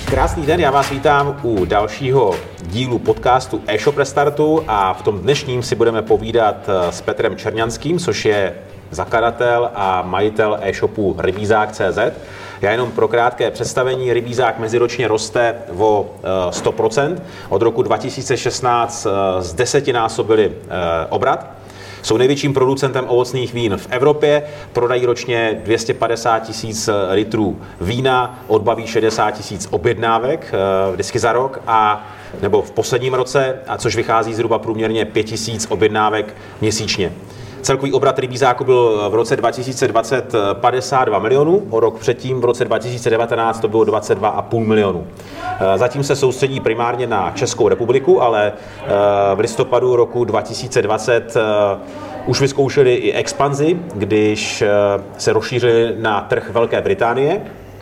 Krásný den, já vás vítám u dalšího dílu podcastu e-shop Restartu a v tom dnešním si budeme povídat s Petrem Čerňanským, což je zakladatel a majitel e-shopu Rybízák.cz. Já jenom pro krátké představení, Rybízák meziročně roste o 100%. Od roku 2016 zdesetnásobili obrat. Jsou největším producentem ovocných vín v Evropě, prodají ročně 250 000 litrů vína, odbaví 60 000 objednávek vždycky za rok, nebo v posledním roce, což vychází zhruba průměrně 5 000 objednávek měsíčně. Celkový obrat Rybízáku byl v roce 2020 52 milionů, o rok předtím v roce 2019 to bylo 22,5 milionů. Zatím se soustředí primárně na Českou republiku, ale v listopadu roku 2020 už vyzkoušeli i expanzi, když se rozšířili na trh Velké Británie.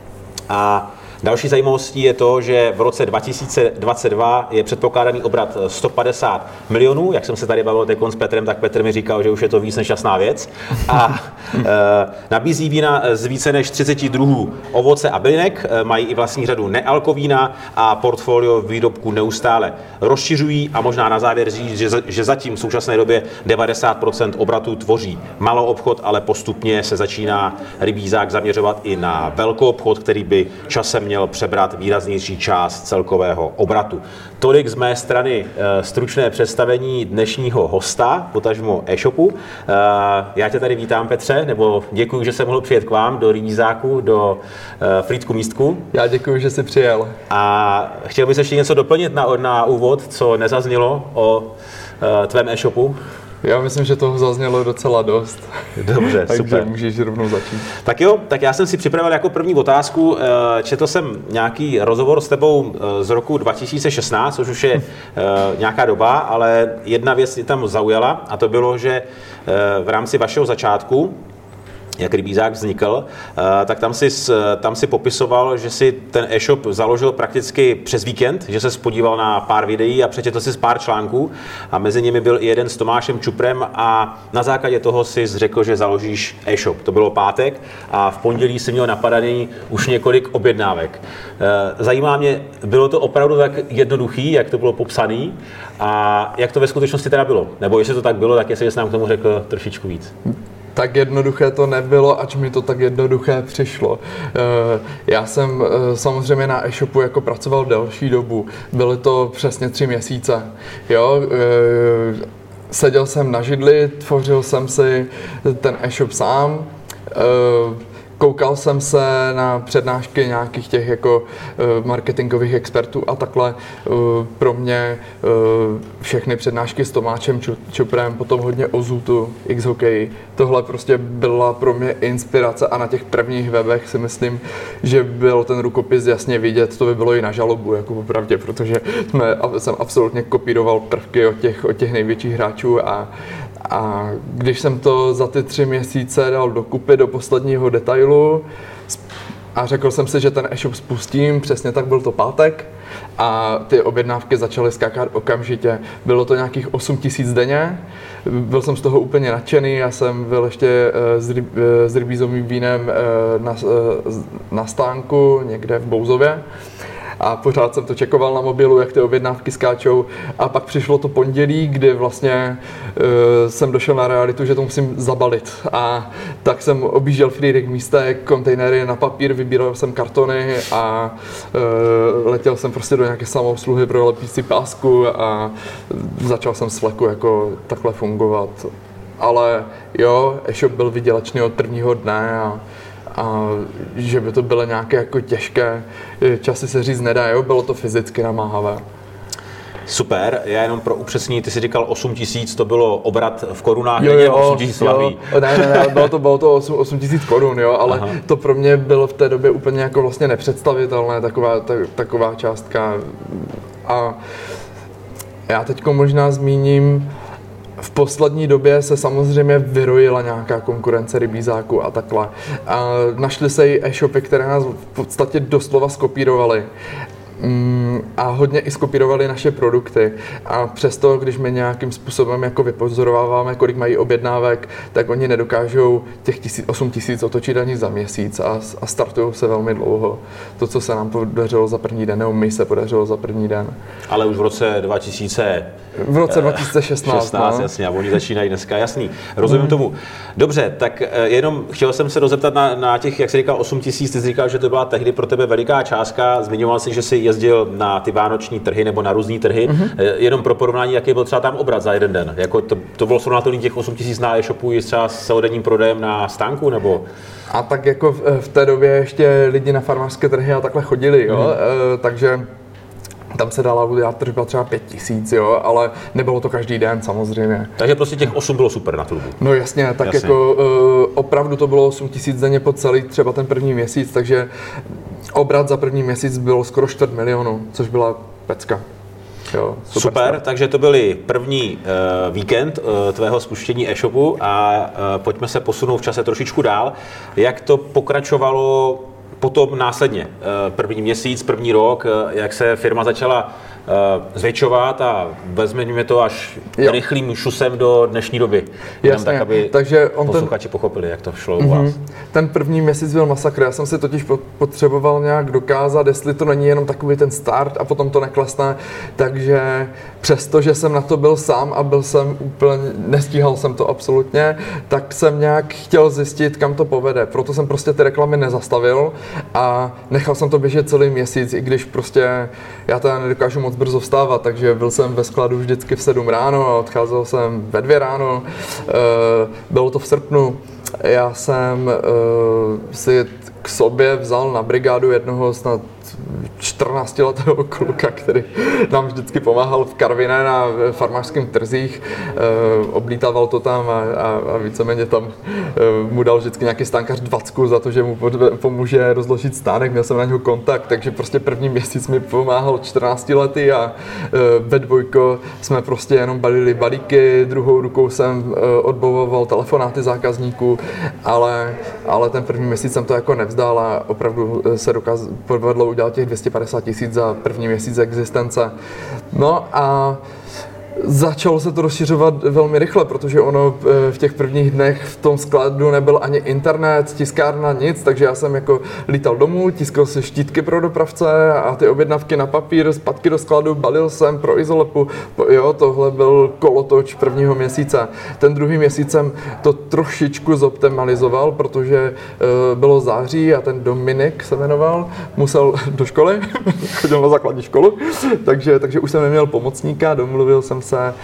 A další zajímavostí je to, že v roce 2022 je předpokládaný obrat 150 milionů. Jak jsem se tady bavil teď s Petrem, tak Petr mi říkal, že už je to víc než jasná věc. A nabízí vína z více než 30 druhů ovoce a bylinek, mají i vlastní řadu nealkovína a portfolio výrobků neustále rozšiřují. A možná na závěr říct, že zatím v současné době 90% obratů tvoří maloobchod, ale postupně se začíná Rybízák zaměřovat i na velkoobchod, který by časem měl přebrat výraznější část celkového obratu. Tolik z mé strany stručné představení dnešního hosta, potažmo e-shopu. Já tě tady vítám, Petře, nebo děkuji, že jsem mohl přijet k vám do Rybízáku, do Frýdku místku. Já děkuji, že jsi přijel. A chtěl bys ještě něco doplnit na úvod, co nezaznělo o tvém e-shopu? Já myslím, že toho zaznělo docela dost. Dobře, takže super. Můžeš rovnou začít. Tak jo, tak já jsem si připravil jako první otázku. Četl jsem nějaký rozhovor s tebou z roku 2016, což už je nějaká doba, ale jedna věc mě tam zaujala a to bylo, že v rámci vašeho začátku, jak Rybízák vznikl, tak tam si popisoval, že si ten e-shop založil prakticky přes víkend, že se podíval na pár videí a přečetl si pár článků a mezi nimi byl i jeden s Tomášem Čuprem a na základě toho si řekl, že založíš e-shop. To bylo pátek a v pondělí si měl napadaný už několik objednávek. Zajímá mě, bylo to opravdu tak jednoduchý, jak to bylo popsané a jak to ve skutečnosti teda bylo? Nebo jestli to tak bylo, tak jestli jsi nám k tomu řekl trošičku víc. Tak jednoduché to nebylo, ač mi to tak jednoduché přišlo. Já jsem samozřejmě na e-shopu jako pracoval delší dobu. Byly to přesně 3 měsíce. Jo? Seděl jsem na židli, tvořil jsem si ten e-shop sám. Koukal jsem se na přednášky nějakých těch jako marketingových expertů a takhle. Pro mě všechny přednášky s Tomáčem Čuprem, potom hodně o Zootu, X-Hockey. Tohle prostě byla pro mě inspirace a na těch prvních webech si myslím, že byl ten rukopis jasně vidět. To by bylo i na žalobu, jako popravdě, protože jsem absolutně kopíroval prvky od těch největších hráčů a když jsem to za ty 3 měsíce dal dokupy do posledního detailu a řekl jsem si, že ten e-shop spustím, přesně tak byl to pátek a ty objednávky začaly skákat okamžitě. Bylo to nějakých 8 000 denně, byl jsem z toho úplně nadšený, já jsem byl ještě s rybízovým vínem na stánku někde v Bouzově. A pořád jsem to čekoval na mobilu, jak ty objednávky skáčou. A pak přišlo to pondělí, kdy vlastně jsem došel na realitu, že to musím zabalit. A tak jsem objížděl Frýdek místek, kontejnery na papír, vybíral jsem kartony a letěl jsem prostě do nějaké samoobsluhy pro lepící pásku a začal jsem s fleku jako takhle fungovat. Ale jo, e-shop byl vydělečný od prvního dne a že by to bylo nějaké jako těžké časy se říct nedá, jo? Bylo to fyzicky namáhavé. Super, já jenom pro upřesnění, ty jsi říkal 8 000, to bylo obrat v korunách, ne 8 000 slaví. Ne, bylo to 8 000 korun, jo, ale aha. To pro mě bylo v té době úplně jako vlastně nepředstavitelné, taková částka. A já teďko možná zmíním, v poslední době se samozřejmě vyrojila nějaká konkurence Rybízáku a takhle. A našly se i e-shopy, které nás v podstatě doslova skopírovaly. a hodně i skopírovali naše produkty. A přesto, když my nějakým způsobem jako vypozorováváme, kolik mají objednávek, tak oni nedokážou těch 8 000 otočit ani za měsíc a startují se velmi dlouho. To, co se nám podařilo za první den, nebo mi se podařilo za první den. Ale už v roce 2016, no. Jasně, a oni začínají dneska, jasný. Rozumím tomu. Dobře, tak jenom chtěl jsem se rozeptat na těch, jak jsi říkal, 8 000, ty jsi říkal, že to byla tehdy pro tebe veliká částka. Zmiňoval jsi, že jsi jezdil na ty vánoční trhy nebo na různý trhy. Jenom pro porovnání, jaký byl třeba tam obrat za jeden den. Jako to bylo srovnatelné těch 8 000 na e-shopu i třeba s celodenním prodejem na stánku, nebo? A tak jako v té době ještě lidi na farmářské trhy a takhle chodili, jo? Takže tam se dala udělat tržba třeba 5 000, jo, ale nebylo to každý den samozřejmě. Takže prostě těch 8 bylo super na tu dobu. No jasně, tak jasně. Jako opravdu to bylo 8 000 denně po celý třeba ten první měsíc, takže obrat za první měsíc bylo skoro 4 miliony, což byla pecka. Jo, super, takže to byly první víkend tvého spuštění e-shopu a pojďme se posunout v čase trošičku dál. Jak to pokračovalo potom následně? První měsíc, první rok, jak se firma začala zvětšovat a vezměme to až rychlým šusem do dnešní doby. Jasně, tak, aby takže posluchači pochopili, jak to šlo u vás. Ten první měsíc byl masakr. Já jsem si totiž potřeboval nějak dokázat, jestli to není jenom takový ten start a potom to neklesne. Takže přesto, že jsem na to byl sám a byl jsem úplně, nestíhal jsem to absolutně, tak jsem nějak chtěl zjistit, kam to povede. Proto jsem prostě ty reklamy nezastavil a nechal jsem to běžet celý měsíc, i když prostě já teda nedokážu moc brzo vstávat, takže byl jsem ve skladu vždycky v 7 ráno a odcházel jsem ve 2 ráno. Bylo to v srpnu. Já jsem si k sobě vzal na brigádu jednoho snad 14letého kluka, který nám vždycky pomáhal v Karviné na farmářských trzích, oblítával to tam a víceméně tam mu dal vždycky nějaký stánkař 20 za to, že mu pomůže rozložit stánek, měl jsem na něho kontakt, takže prostě první měsíc mi pomáhal 14letý a ve dvojko jsme prostě jenom balili balíky, druhou rukou jsem odbavoval telefonáty zákazníků, ale ten první měsíc jsem to jako nevzdal a opravdu se povedlo udělat těch 250 000 za první měsíc existence. No a začalo se to rozšiřovat velmi rychle, protože ono v těch prvních dnech v tom skladu nebyl ani internet, tiskárna, nic, takže já jsem jako lítal domů, tiskal si štítky pro dopravce a ty objednávky na papír, zpátky do skladu, balil jsem pro Izolepu. Jo, tohle byl kolotoč prvního měsíce. Ten druhý měsíc jsem to trošičku zoptimalizoval, protože bylo září a ten Dominik se jmenoval, musel do školy, chodil na základní školu, takže už jsem neměl pomocníka, domluvil jsem se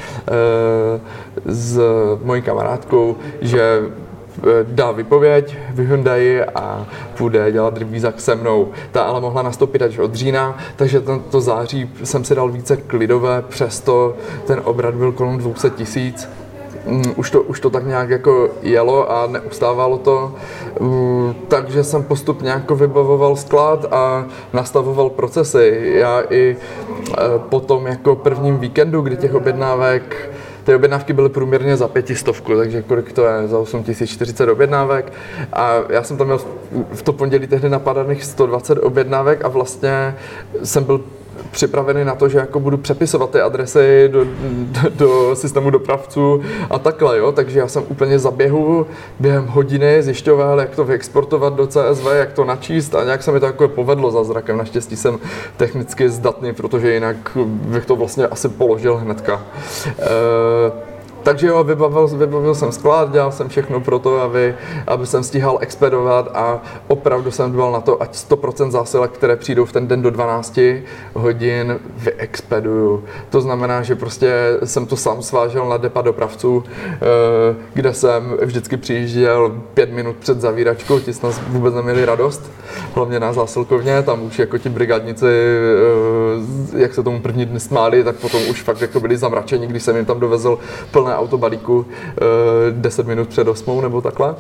s mojí kamarádkou, že dá výpověď v Hyundai a půjde dělat revízak se mnou. Ta ale mohla nastoupit až od října, takže to září jsem si dal více klidové, přesto ten obrat byl kolem 200 000. Už to tak nějak jako jelo a neustávalo to, takže jsem postupně jako vybavoval sklad a nastavoval procesy. Já i potom jako prvním víkendu, kdy ty objednávky byly průměrně za 500, takže kolik to je, za 8040 objednávek a já jsem tam měl v to pondělí tehdy napadaných 120 objednávek a vlastně jsem byl připravený na to, že jako budu přepisovat ty adresy do systému dopravců a takhle, jo, takže já jsem úplně za běhu během hodiny zjišťoval, jak to vyexportovat do CSV, jak to načíst a nějak se mi to jako povedlo zázrakem. Naštěstí jsem technicky zdatný, protože jinak bych to vlastně asi položil hnedka. Takže jo, vybavil jsem sklad, dělal jsem všechno pro to, aby jsem stíhal expedovat a opravdu jsem dbal na to, ať 100% zásilek, které přijdou v ten den do 12 hodin, vyexpeduju. To znamená, že prostě jsem to sám svážel na depa dopravců, kde jsem vždycky přijížděl 5 minut před zavíračkou, ti snad vůbec neměli radost, hlavně na zásilkovně, tam už jako ti brigádníci, jak se tomu první dny smáli, tak potom už fakt jako byli zamračeni, když jsem jim tam dovezl plné auto balíku 10 minut před 8 nebo takhle.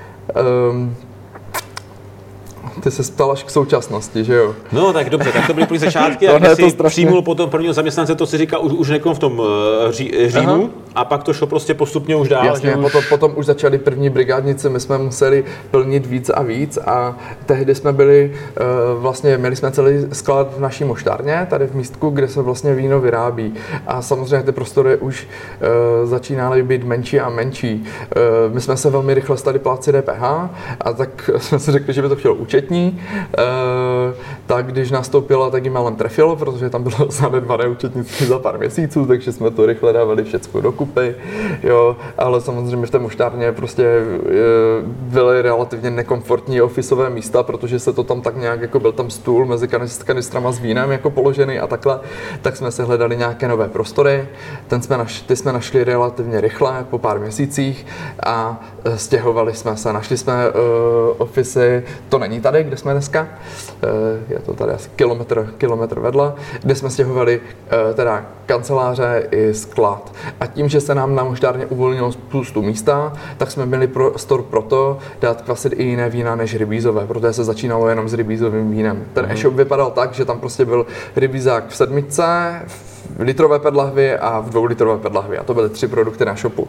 Ty se ptal až k současnosti, že jo? No tak dobře, tak to byly první začátky a když jsi přijmul potom prvního zaměstnance, to si říkal už nekom v tom říjnu. A pak to šlo prostě postupně už dál. Jasně, potom už začaly první brigádnice, my jsme museli plnit víc a víc a tehdy jsme byli, vlastně měli jsme celý sklad v naší moštárně, tady v místku, kde se vlastně víno vyrábí. A samozřejmě ty prostory už začínaly být menší a menší. My jsme se velmi rychle stali plátci DPH a tak jsme si řekli, že by to chtělo účetní. Tak když nastoupila, tak jim malem trefilo, protože tam bylo zanedbané účetnictví za pár měsíců, takže jsme to rychle dávali všechno dokupy. Jo, ale samozřejmě v té moštárně prostě byly relativně nekomfortní ofisové místa, protože se to tam tak nějak, jako byl tam stůl mezi kanistrama s vínem jako položený a takhle, tak jsme se hledali nějaké nové prostory. Ty jsme našli relativně rychle, po pár měsících a stěhovali jsme se. Našli jsme ofisy, to není tady, kde jsme dneska, je to tady asi kilometr vedle, kde jsme stěhovali teda kanceláře i sklad. A tím, že se nám na moštárně uvolnilo spoustu místa, tak jsme měli prostor pro to dát kvasit i jiné vína než rybízové, protože se začínalo jenom s rybízovým vínem. Ten e-shop vypadal tak, že tam prostě byl rybízák v 7, v litrové PET a v 2litrové PET lahvi. A to byly 3 produkty na shopu.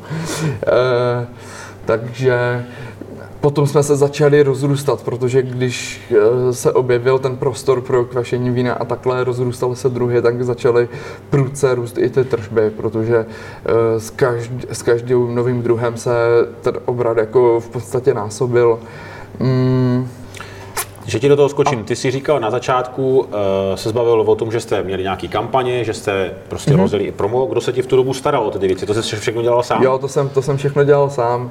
Takže potom jsme se začali rozrůstat, protože když se objevil ten prostor pro kvašení vína a takhle rozrůstaly se druhy, tak začaly prudce růst i ty tržby, protože s každým novým druhem se ten obrat jako v podstatě násobil. Že ti do toho skočím, ty jsi říkal na začátku, se zbavil o tom, že jste měli nějaký kampaně, že jste prostě rozjeli i promo. Kdo se ti v tu dobu staral o ty věci? To jsi všechno dělal sám? Jo, to jsem všechno dělal sám.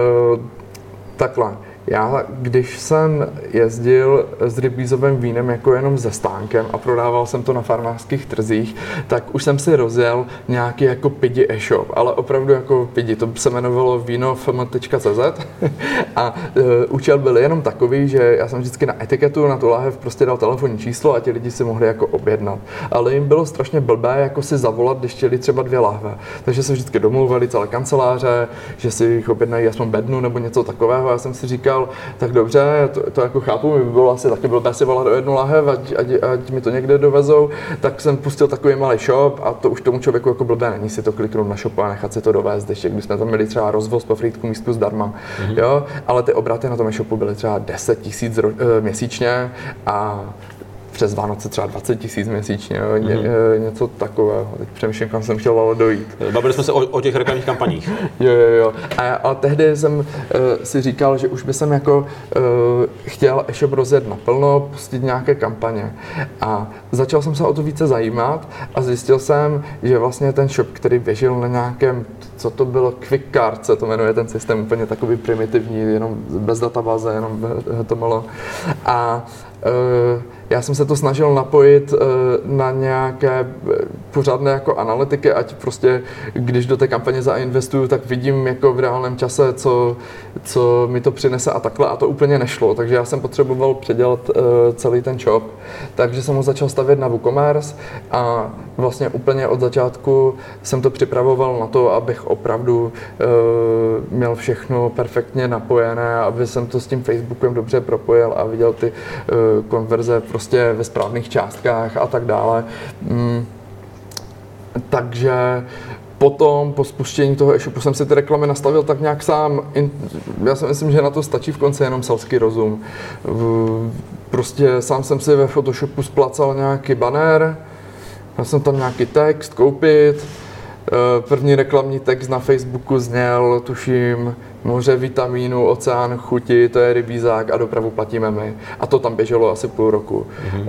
Takhle. Já, když jsem jezdil s rybízovým vínem jako jenom se stánkem a prodával jsem to na farmářských trzích, tak už jsem si rozjel nějaký jako pidi e-shop, ale opravdu jako pidi, to se jmenovalo vinofm.cz a účel byl jenom takový, že já jsem vždycky na etiketu, na tu láhev prostě dal telefonní číslo a ti lidi si mohli jako objednat. Ale jim bylo strašně blbé jako si zavolat, když chtěli třeba 2 láhve. Takže se vždycky domlouvali celé kanceláře, že si jich objednají aspoň bednu nebo něco takového. Já jsem si říkal, tak dobře, to jako chápu, mi by bylo asi taky blbé si volat o 1 láhev, ať mi to někde dovezou, tak jsem pustil takový malý shop a to už tomu člověku jako blbé není si to kliknout na shopu a nechat si to dovést, ještě když jsme tam měli třeba rozvoz po Frýdku místku zdarma, jo, ale ty obraty na tom e-shopu byly třeba 10 000 měsíčně a přes Vánoce třeba 20 000 měsíčně, něco takového. Teď přemýšlím, kam jsem chtěl ale dojít. Bavili jsme se o těch reklamních kampaních. Jo. A tehdy jsem si říkal, že už bych jsem jako chtěl e-shop rozjet naplno, pustit nějaké kampaně. A začal jsem se o to více zajímat a zjistil jsem, že vlastně ten shop, který běžel na nějakém, co to bylo, Quick Card se to jmenuje, ten systém úplně takový primitivní, jenom bez databáze, jenom HTML. A já jsem se to snažil napojit na nějaké pořádné jako analytiky, ať prostě, když do té kampaně zainvestuju, tak vidím jako v reálném čase, co mi to přinese a takhle, a to úplně nešlo, takže já jsem potřeboval předělat celý ten shop, takže jsem ho začal stavět na WooCommerce a vlastně úplně od začátku jsem to připravoval na to, abych opravdu měl všechno perfektně napojené, aby jsem to s tím Facebookem dobře propojil a viděl ty konverze prostě ve správných částkách a tak dále. Takže potom, po spuštění toho e-shopu, jsem si ty reklamy nastavil tak nějak sám. Já si myslím, že na to stačí v konci jenom selský rozum. Prostě sám jsem si ve Photoshopu splacal nějaký banner, já jsem tam nějaký text, koupit. První reklamní text na Facebooku zněl, tuším, moře vitamínu, oceán chuti, to je rybízák a dopravu platíme my. A to tam běželo asi půl roku.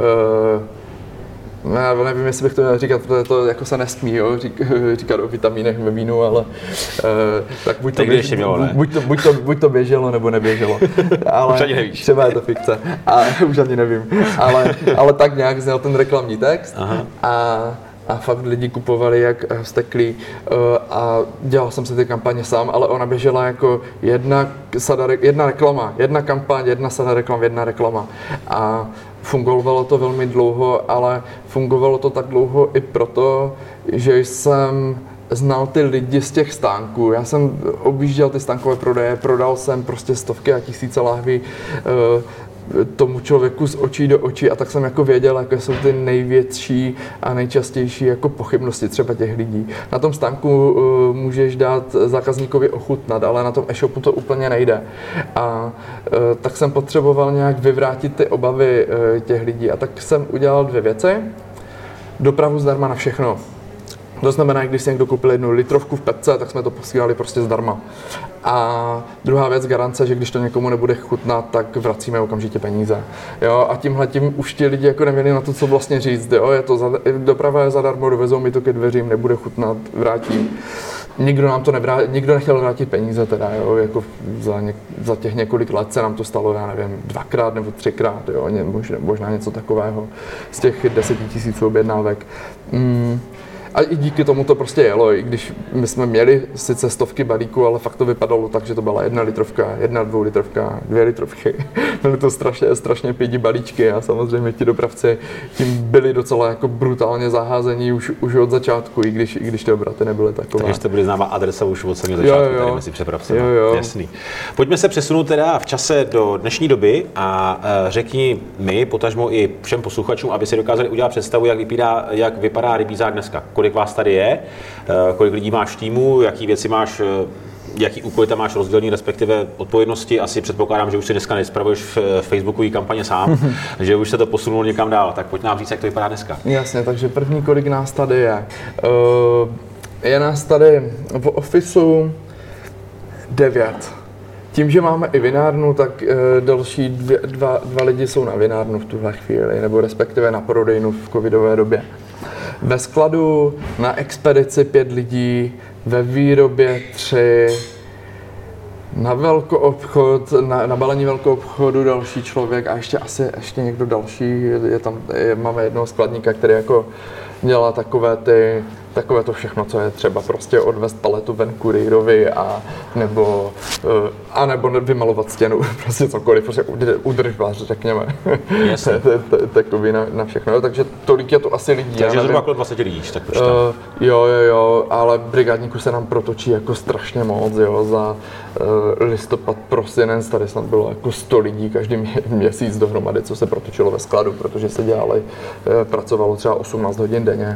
Já nevím, jestli bych to měl říkat, protože to jako se nesmí, jo, říkat o vitamínech ve vínu, ale tak buď to běželo, nebo neběželo. Ale už ani nevíš. Třeba je to fikce. A už ani nevím. Ale tak nějak zněl ten reklamní text. A fakt lidi kupovali jak vzteklí a dělal jsem si ty kampaně sám, ale ona běžela jako jedna reklama, jedna kampaň, jedna sada reklam, jedna reklama. A fungovalo to velmi dlouho, ale fungovalo to tak dlouho i proto, že jsem znal ty lidi z těch stánků. Já jsem objížděl ty stánkové prodeje, prodal jsem prostě stovky a tisíce láhví. tomu člověku z očí do očí a tak jsem jako věděl, jaké jsou ty největší a nejčastější jako pochybnosti třeba těch lidí. Na tom stánku můžeš dát zákazníkovi ochutnat, ale na tom e-shopu to úplně nejde. A tak jsem potřeboval nějak vyvrátit ty obavy těch lidí a tak jsem udělal 2 věci. Dopravu zdarma na všechno. To znamená, když si někdo koupil 1 litrovku v pepce, tak jsme to posílali prostě zdarma. A druhá věc, garance, že když to někomu nebude chutnat, tak vracíme okamžitě peníze. Jo, a tímhletím už ti lidi jako neměli na to, co vlastně říct. Jo? Doprava je zadarmo, dovezou mi to ke dveřím, nebude chutnat, vrátí. Nikdo nám to nikdo nechtěl vrátit peníze teda, jo? Jako za těch několik let se nám to stalo, já nevím, 2krát nebo 3krát, jo? Možná něco takového z těch 10 000 objednávek. A i díky tomu to prostě jelo, i když my jsme měli sice stovky balíků, ale fakt to vypadalo tak, že to byla 1 litrovka, 1 2litrovka, 2 litrovky. Byly to strašně pidi balíčky a samozřejmě ti dopravci tím byli docela jako brutálně zaházení už od začátku, i když ty obraty nebyly takové. Takže jste byli známá adresa už od samého začátku tady mezi přepravci. Jasný. Pojďme se přesunout teda v čase do dnešní doby a řekni mi, potažmo i všem posluchačům, aby si dokázali udělat představu, jak vypadá rybízák dneska. Kolik vás tady je, kolik lidí máš v týmu, jaký věci máš, jaký úkoly tam máš rozdělený, respektive odpovědnosti. Asi předpokládám, že už si dneska nespravuješ v Facebookový kampaně sám, že už se to posunulo někam dál. Tak pojď nám říct, jak to vypadá dneska. Jasně, takže první, kolik nás tady je. Je nás tady v ofisu 9. Tím, že máme i vinárnu, tak další dva lidi jsou na vinárnu v tuhle chvíli, nebo respektive na prodejnu v covidové době. Ve skladu, na expedici 5 lidí, ve výrobě 3, na velkoobchod, na balení velkoobchodu další člověk a ještě někdo další. Máme jednoho skladníka, který jako dělá takové to všechno, co je třeba prostě odvést paletu ven kurýrovi a nebo vymalovat stěnu, prostě cokoliv, prostě udržbář, řekněme. Takový na všechno, takže tolik je to asi lidí. Takže zhruba okolo 20 lidí, tak počítám. Jo, ale brigádníků se nám protočí jako strašně moc, jo, za listopad, prosinec, tady snad bylo jako 100 lidí každý měsíc dohromady, co se protočilo ve skladu, protože se pracovalo třeba 18 hodin denně.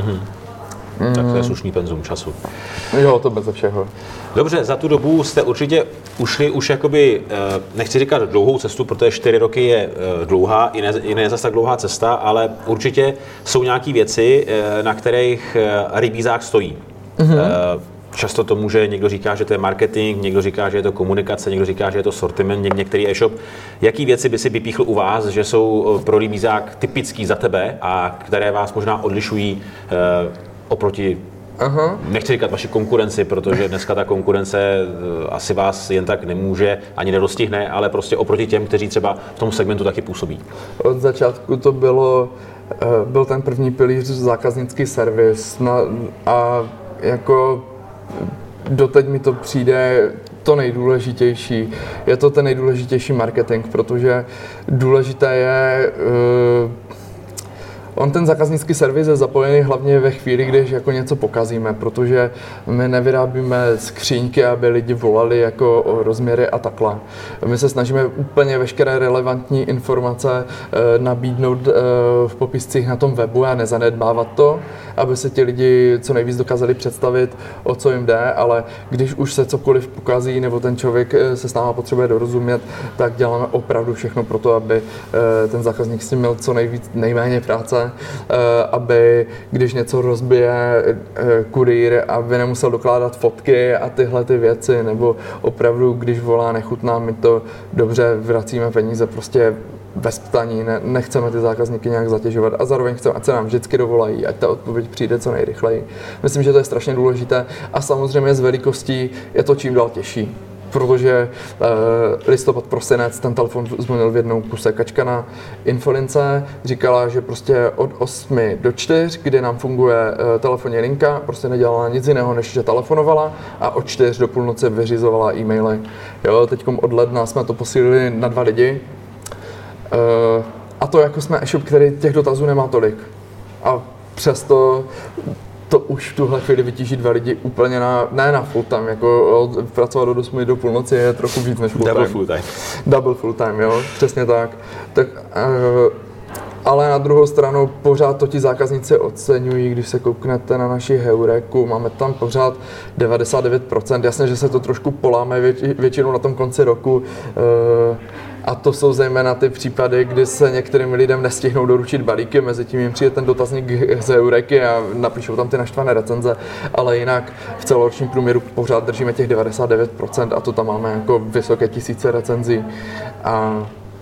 Tak to je slušný penzum času. Jo, to beze všeho. Dobře, za tu dobu jste určitě ušli už jakoby, nechci říkat dlouhou cestu, protože 4 roky je dlouhá, i ne zase tak dlouhá cesta, ale určitě jsou nějaké věci, na kterých rybízák stojí. Často to může, někdo říká, že to je marketing, někdo říká, že je to komunikace, někdo říká, že je to sortiment, některý e-shop. Jaký věci by si vypíchl u vás, že jsou pro rybízák typický za tebe a které vás možná odlišují oproti, nechci říkat vaši konkurenci, protože dneska ta konkurence asi vás jen tak nemůže ani nedostihne, ale prostě oproti těm, kteří třeba v tom segmentu taky působí. Od začátku to byl ten první pilíř zákaznický servis a jako doteď mi to přijde to nejdůležitější. Je to ten nejdůležitější marketing, protože důležité je on ten zákaznický servis je zapojený hlavně ve chvíli, když jako něco pokazíme, protože my nevyrábíme skříňky, aby lidi volali jako o rozměry a takhle. My se snažíme úplně veškeré relevantní informace nabídnout v popiscích na tom webu a nezanedbávat to, aby se ti lidi co nejvíc dokázali představit, o co jim jde, ale když už se cokoliv pokazí nebo ten člověk se s náma potřebuje dorozumět, tak děláme opravdu všechno pro to, aby ten zákazník s tím měl co nejméně práce, aby když něco rozbije kurýr, aby nemusel dokládat fotky a tyhle ty věci, nebo opravdu, když volá nechutná, my to dobře vracíme peníze prostě bez ptaní, nechceme ty zákazníky nějak zatěžovat a zároveň chceme, ať se nám vždycky dovolají, ať ta odpověď přijde co nejrychleji. Myslím, že to je strašně důležité a samozřejmě s velikostí je to čím dál těžší. Protože listopad, prosinec, ten telefon zvonil v jednou kuse. Kačka na infolince říkala, že prostě od 8 do 4, kdy nám funguje telefonní linka, prostě nedělala nic jiného, než že telefonovala a od 4 do půlnoci vyřizovala e-maily. Jo, teďkom od ledna jsme to posílili na 2 lidi. A to jako jsme e-shop, který těch dotazů nemá tolik. A přesto to už v tuhle chvíli vytíží 2 lidi úplně ne na full time, jako pracovat do 8 do půlnoci je trochu víc než full time. Double full time, jo, přesně tak. Ale na druhou stranu pořád to ti zákazníci oceňují, když se kouknete na naši Heureku, máme tam pořád 99%, jasně, že se to trošku poláme většinou na tom konci roku, a to jsou zejména ty případy, kdy se některým lidem nestihnou doručit balíky, mezi tím jim přijde ten dotazník z Heureky a napíšou tam ty naštvané recenze, ale jinak v celoročním průměru pořád držíme těch 99% a to tam máme jako vysoké tisíce recenzí. A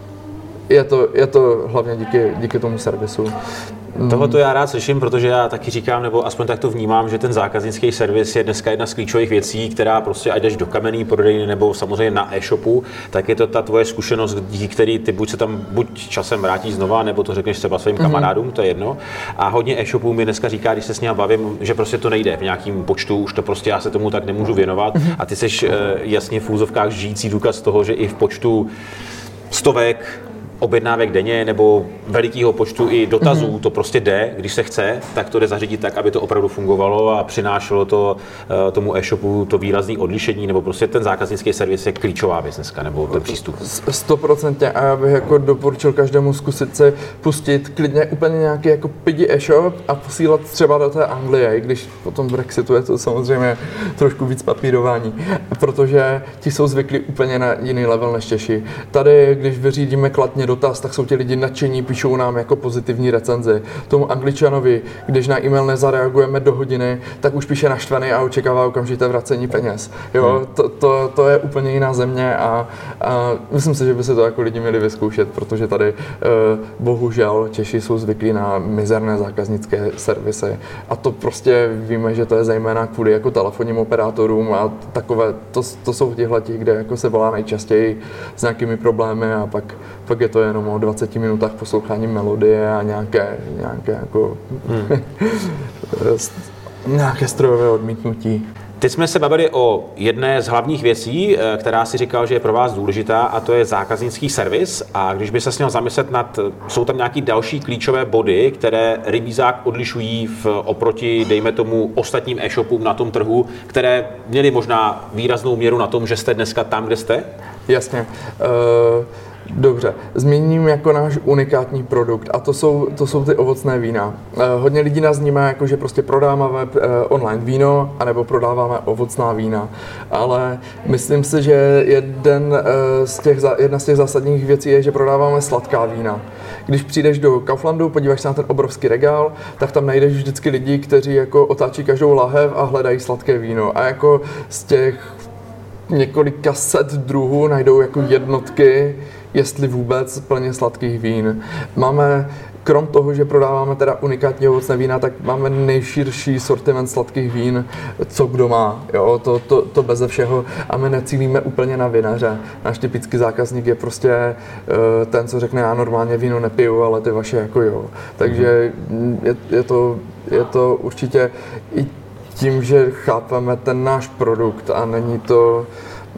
je to hlavně díky tomu servisu. Tohle já rád slyším, protože já taky říkám, nebo aspoň tak to vnímám, že ten zákaznický servis je dneska jedna z klíčových věcí, která prostě ať jdeš do kamenný prodejny nebo samozřejmě na e-shopu, tak je to ta tvoje zkušenost, díky který ty buď se tam časem vrátíš znova, nebo to řekneš třeba svým kamarádům, to je jedno. A hodně e-shopů mi dneska říká, když se s ním bavím, že prostě to nejde v nějakým počtu, už to prostě já se tomu tak nemůžu věnovat. A ty seš jasně v úzovkách žijící důkaz toho, že i v počtu stovek objednávek denně nebo velikého počtu i dotazů, to prostě jde, když se chce, tak to jde zařídit tak, aby to opravdu fungovalo a přinášelo to tomu e-shopu to výrazné odlišení, nebo prostě ten zákaznický servis je klíčová věc dneska, nebo ten přístup. 100% a já bych jako doporučil každému zkusit si pustit klidně úplně nějaký jako pidi e-shop a posílat třeba do té Anglie, i když po tom Brexitu je to samozřejmě trošku víc papírování, protože ti jsou zvyklí úplně na jiný level než Češi. Tady, když vyřídíme kladně dotaz, tak jsou ti lidi nadšení, píšou nám jako pozitivní recenzi. Tomu Angličanovi, když na e-mail nezareagujeme do hodiny, tak už píše naštvaný a očekává okamžité vracení peněz. Jo, to je úplně jiná země a myslím si, že by se to jako lidi měli vyzkoušet, protože tady bohužel Češi jsou zvyklí na mizerné zákaznické servisy a to prostě víme, že to je zejména kvůli jako telefonním operátorům a takové, to jsou tihleti, kde jako se volá nejčastěji s nějakými problémy a pak je to jenom o 20 minutách poslouchání melodie a nějaké jako nějaké strojové odmítnutí. Teď jsme se bavili o jedné z hlavních věcí, která si říkal, že je pro vás důležitá, a to je zákaznický servis. A když by se měl zamyslet jsou tam nějaký další klíčové body, které Rybízák odlišují oproti, dejme tomu, ostatním e-shopům na tom trhu, které měly možná výraznou měru na tom, že jste dneska tam, kde jste? Jasně. Dobře, zmíním jako náš unikátní produkt a to jsou ty ovocné vína. Hodně lidí nás vnímá jako, že prostě prodáváme online víno anebo prodáváme ovocná vína, ale myslím si, že jedna z těch zásadních věcí je, že prodáváme sladká vína. Když přijdeš do Kauflandu, podíváš se na ten obrovský regál, tak tam najdeš vždycky lidi, kteří jako otáčí každou lahev a hledají sladké víno a jako z těch několika set druhů najdou jako jednotky, jestli vůbec plně sladkých vín. Máme, krom toho, že prodáváme teda unikátní ovocné vína, tak máme nejširší sortiment sladkých vín, co kdo má, jo, to beze všeho a my necílíme úplně na vinaře. Náš typický zákazník je prostě ten, co řekne, já normálně víno nepiju, ale ty vaše jako jo. Takže je to určitě i tím, že chápeme ten náš produkt a není to...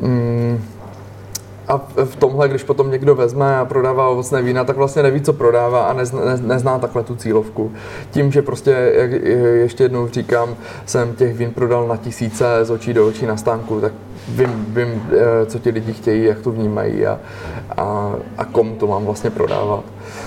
A v tomhle, když potom někdo vezme a prodává ovocné vína, tak vlastně neví, co prodává a nezná takhle tu cílovku. Tím, že prostě, jak ještě jednou říkám, jsem těch vín prodal na tisíce z očí do očí na stánku, tak vím, co ti lidi chtějí, jak to vnímají a komu to mám vlastně prodávat.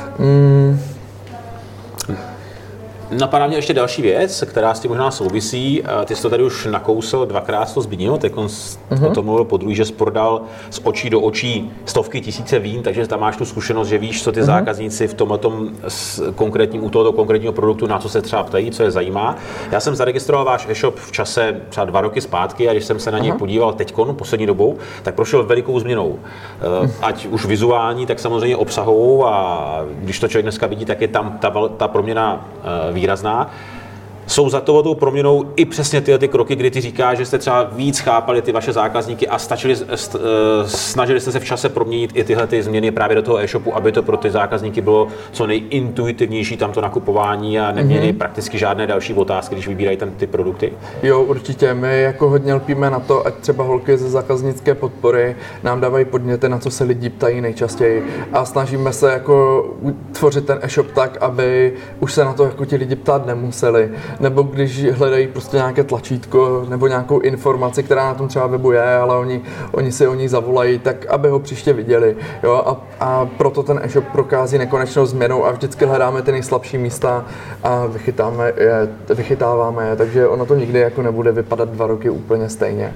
Napadá mě ještě další věc, která s tím možná souvisí. Ty jsi to tady už nakousl, dvakrát to zmínil, teď o tom mluvil podruhé, že jsi prodal z očí do očí stovky tisíce vín, takže tam máš tu zkušenost, že víš, co ty zákazníci v tomhletom konkrétním, u tohoto konkrétního produktu, na co se třeba ptají, co je zajímá. Já jsem zaregistroval váš e-shop v čase třeba 2 roky zpátky a když jsem se na něj podíval teďkon, poslední dobou, tak prošel velikou změnou. Ať už vizuální, tak samozřejmě obsahovou a když to člověk dneska vidí, tak je tam ta proměna výrazná. Jsou za tou proměnou i přesně ty kroky, kdy ty říkáš, že jste třeba víc chápali ty vaše zákazníky a snažili jste se v čase proměnit i tyhle ty změny právě do toho e-shopu, aby to pro ty zákazníky bylo co nejintuitivnější tam to nakupování a neměli prakticky žádné další otázky, když vybírají ty produkty? Jo, určitě. My jako hodně lpíme na to, ať třeba holky ze zákaznické podpory nám dávají podněty, na co se lidi ptají nejčastěji a snažíme se jako tvořit ten e-shop tak, aby už se na to jako ti lidi ptát nemuseli. nebo když hledají prostě nějaké tlačítko nebo nějakou informaci, která na tom třeba webu je, ale oni si o ní zavolají, tak aby ho příště viděli. Jo? A proto ten e-shop prokází nekonečnou změnou a vždycky hledáme ty nejslabší místa a vychytáváme je, takže ono to nikdy jako nebude vypadat 2 roky úplně stejně.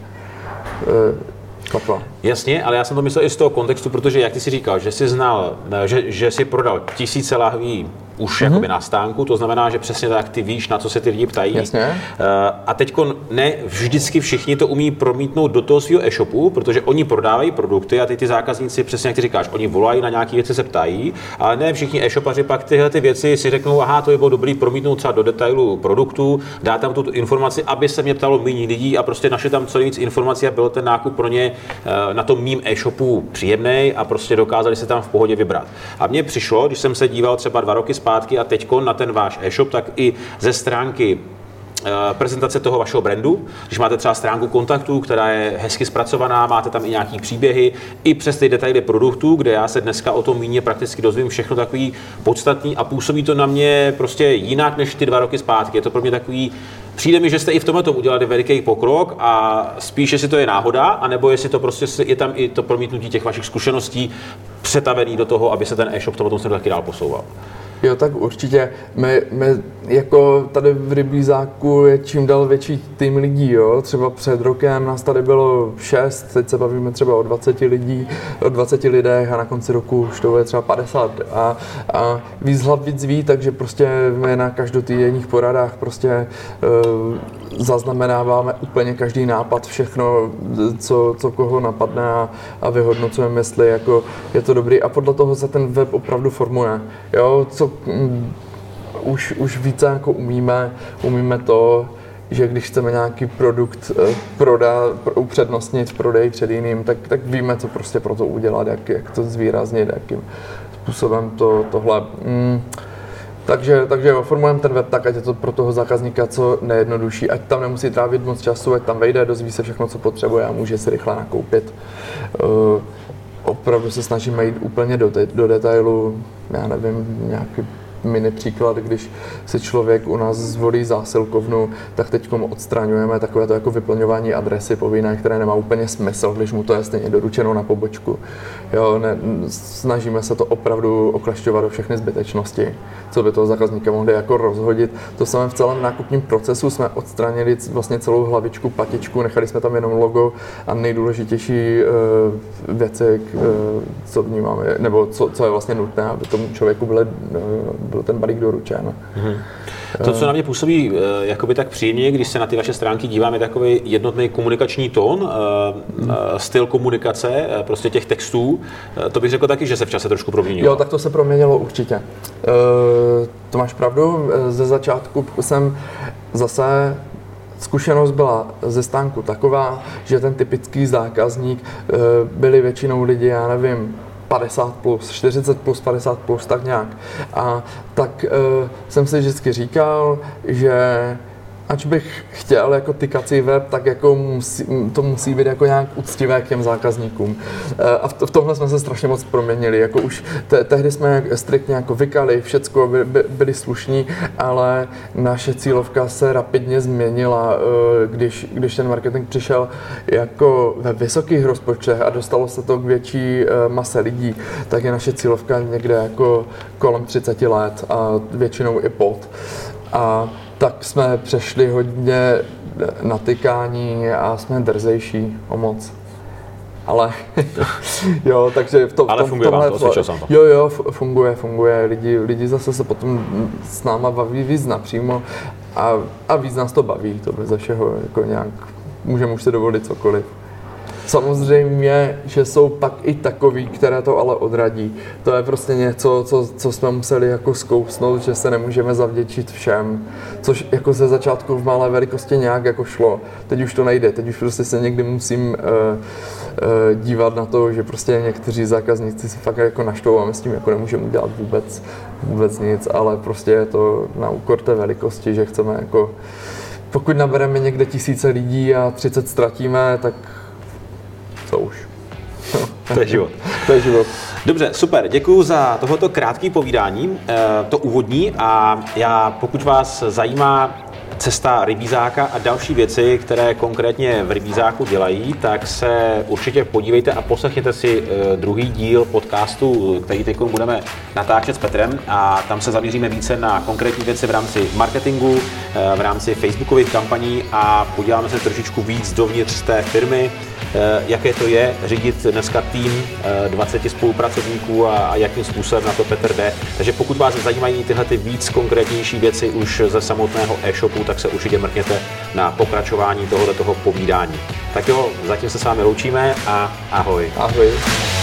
Jasně, ale já jsem to myslel i z toho kontextu, protože jak ty si říkal, že jsi znal, že jsi prodal 1000 lahví už jakoby na stánku, to znamená, že přesně tak ty víš, na co se ty lidi ptají. Jasně. A teďko ne vždycky všichni to umí promítnout do toho svého e-shopu, protože oni prodávají produkty a ty zákazníci, přesně jak ty říkáš, oni volají na nějaké věci, se ptají, ale ne všichni e-shopaři pak tyhle ty věci si řeknou, aha, to by bylo dobrý promítnout třeba do detailu produktu, dát tam tu informaci, aby se mě ptalo méně lidí a prostě našli tam co nejvíc informací a byl ten nákup pro ně na tom mým e-shopu příjemný a prostě dokázali se tam v pohodě vybrat. A mně přišlo, když jsem se díval třeba 2 roky zpátky a teďko na ten váš e-shop, tak i ze stránky prezentace toho vašeho brandu, když máte třeba stránku kontaktů, která je hezky zpracovaná, máte tam i nějaký příběhy, i přes ty detaily produktů, kde já se dneska o tom míně prakticky dozvím všechno takový podstatný a působí to na mě prostě jinak než ty 2 roky zpátky. Je to pro mě takový, přijde mi, že jste i v tomhle tomu udělali veliký pokrok a spíš, jestli to je náhoda, anebo jestli to prostě je tam i to promítnutí těch vašich zkušeností přetavený do toho, aby se ten e-shop potom se taky dál posouval. Jo, tak určitě. My jako tady v Rybízáku je čím dál větší tým lidí, jo. Třeba před rokem nás tady bylo 6, teď se bavíme třeba o 20 lidech a na konci roku už to je třeba 50. A víc hlav víc ví, takže prostě my na každotýdenních poradách prostě zaznamenáváme úplně každý nápad, všechno, co koho napadne a vyhodnocujeme, jestli jako je to dobrý a podle toho se ten web opravdu formuje. Jo, už více jako umíme to, že když chceme nějaký produkt upřednostnit v prodeji před jiným, tak víme, co prostě pro to udělat, jak to zvýraznit, jakým způsobem tohle. Takže formujeme ten web tak, ať je to pro toho zákazníka co nejjednodušší, ať tam nemusí trávit moc času, ať tam vejde, dozví se všechno, co potřebuje a může si rychle nakoupit. Opravdu se snažíme jít úplně do detailu, já nevím, nějaký mini příklad, když si člověk u nás zvolí zásilkovnu, tak teď odstraňujeme takové to jako vyplňování adresy povinné, které nemá úplně smysl, když mu to je stejně doručeno na pobočku. Jo, snažíme se to opravdu oklešťovat do všechny zbytečnosti, co by toho zákazníka mohli jako rozhodit. To samé v celém nákupním procesu jsme odstranili vlastně celou hlavičku, patičku, nechali jsme tam jenom logo a nejdůležitější věci, co vnímáme, nebo co je vlastně nutné, aby tomu člověku byl ten balík doručen. To, co na mě působí jakoby tak příjemně, když se na ty vaše stránky díváme, takový jednotný komunikační tón, styl komunikace, prostě těch textů, to bych řekl taky, že se v čase trošku proměnilo. Jo, tak to se proměnilo určitě. To máš pravdu, ze začátku jsem zase zkušenost byla ze stánku taková, že ten typický zákazník byli většinou lidi, já nevím, 50 plus, 40 plus, 50 plus, tak nějak. A tak jsem si vždycky říkal, že ač bych chtěl jako tykací web, tak jako to musí být jako nějak úctivé k těm zákazníkům. A v tomhle jsme se strašně moc proměnili. Jako už tehdy jsme striktně jako vykali, všecko byli slušní, ale naše cílovka se rapidně změnila, když ten marketing přišel jako ve vysokých rozpočtech a dostalo se to k větší mase lidí, tak je naše cílovka někde jako kolem 30 let a většinou i pod. A tak jsme přešli hodně na tykání a jsme drzejší o moc. Ale jo, takže ale funguje vám to, osvědčil jsem to. Jo, funguje. Lidi zase se potom s náma baví víc napřímo a víc nás to baví, to bez všeho jako nějak můžeme už si dovolit cokoliv. Samozřejmě, že jsou pak i takový, které to ale odradí. To je prostě něco, co jsme museli jako zkousnout, že se nemůžeme zavděčit všem, což jako ze začátku v malé velikosti nějak jako šlo. Teď už to nejde, teď už prostě se někdy musím dívat na to, že prostě někteří zákazníci si fakt jako naštvou a my s tím jako nemůžeme udělat vůbec nic, ale prostě je to na úkor té velikosti, že chceme jako, pokud nabereme někde 1000 lidí a 30 ztratíme, tak to už. To je život. To je život. Dobře, super, děkuji za tohleto krátké povídání, to úvodní a já, pokud vás zajímá cesta rybízáka a další věci, které konkrétně v rybízáku dělají, tak se určitě podívejte a poslechněte si druhý díl podcastu, který teď budeme natáčet s Petrem, a tam se zaměříme více na konkrétní věci v rámci marketingu, v rámci facebookových kampaní a podíváme se trošičku víc dovnitř té firmy, jaké to je řídit dneska tým 20 spolupracovníků a jakým způsobem na to Petr jde. Takže pokud vás zajímají tyhle ty víc konkrétnější věci už ze samotného e-shopu, tak se určitě mrkněte na pokračování tohoto povídání. Tak jo, zatím se s vámi loučíme a ahoj. Ahoj.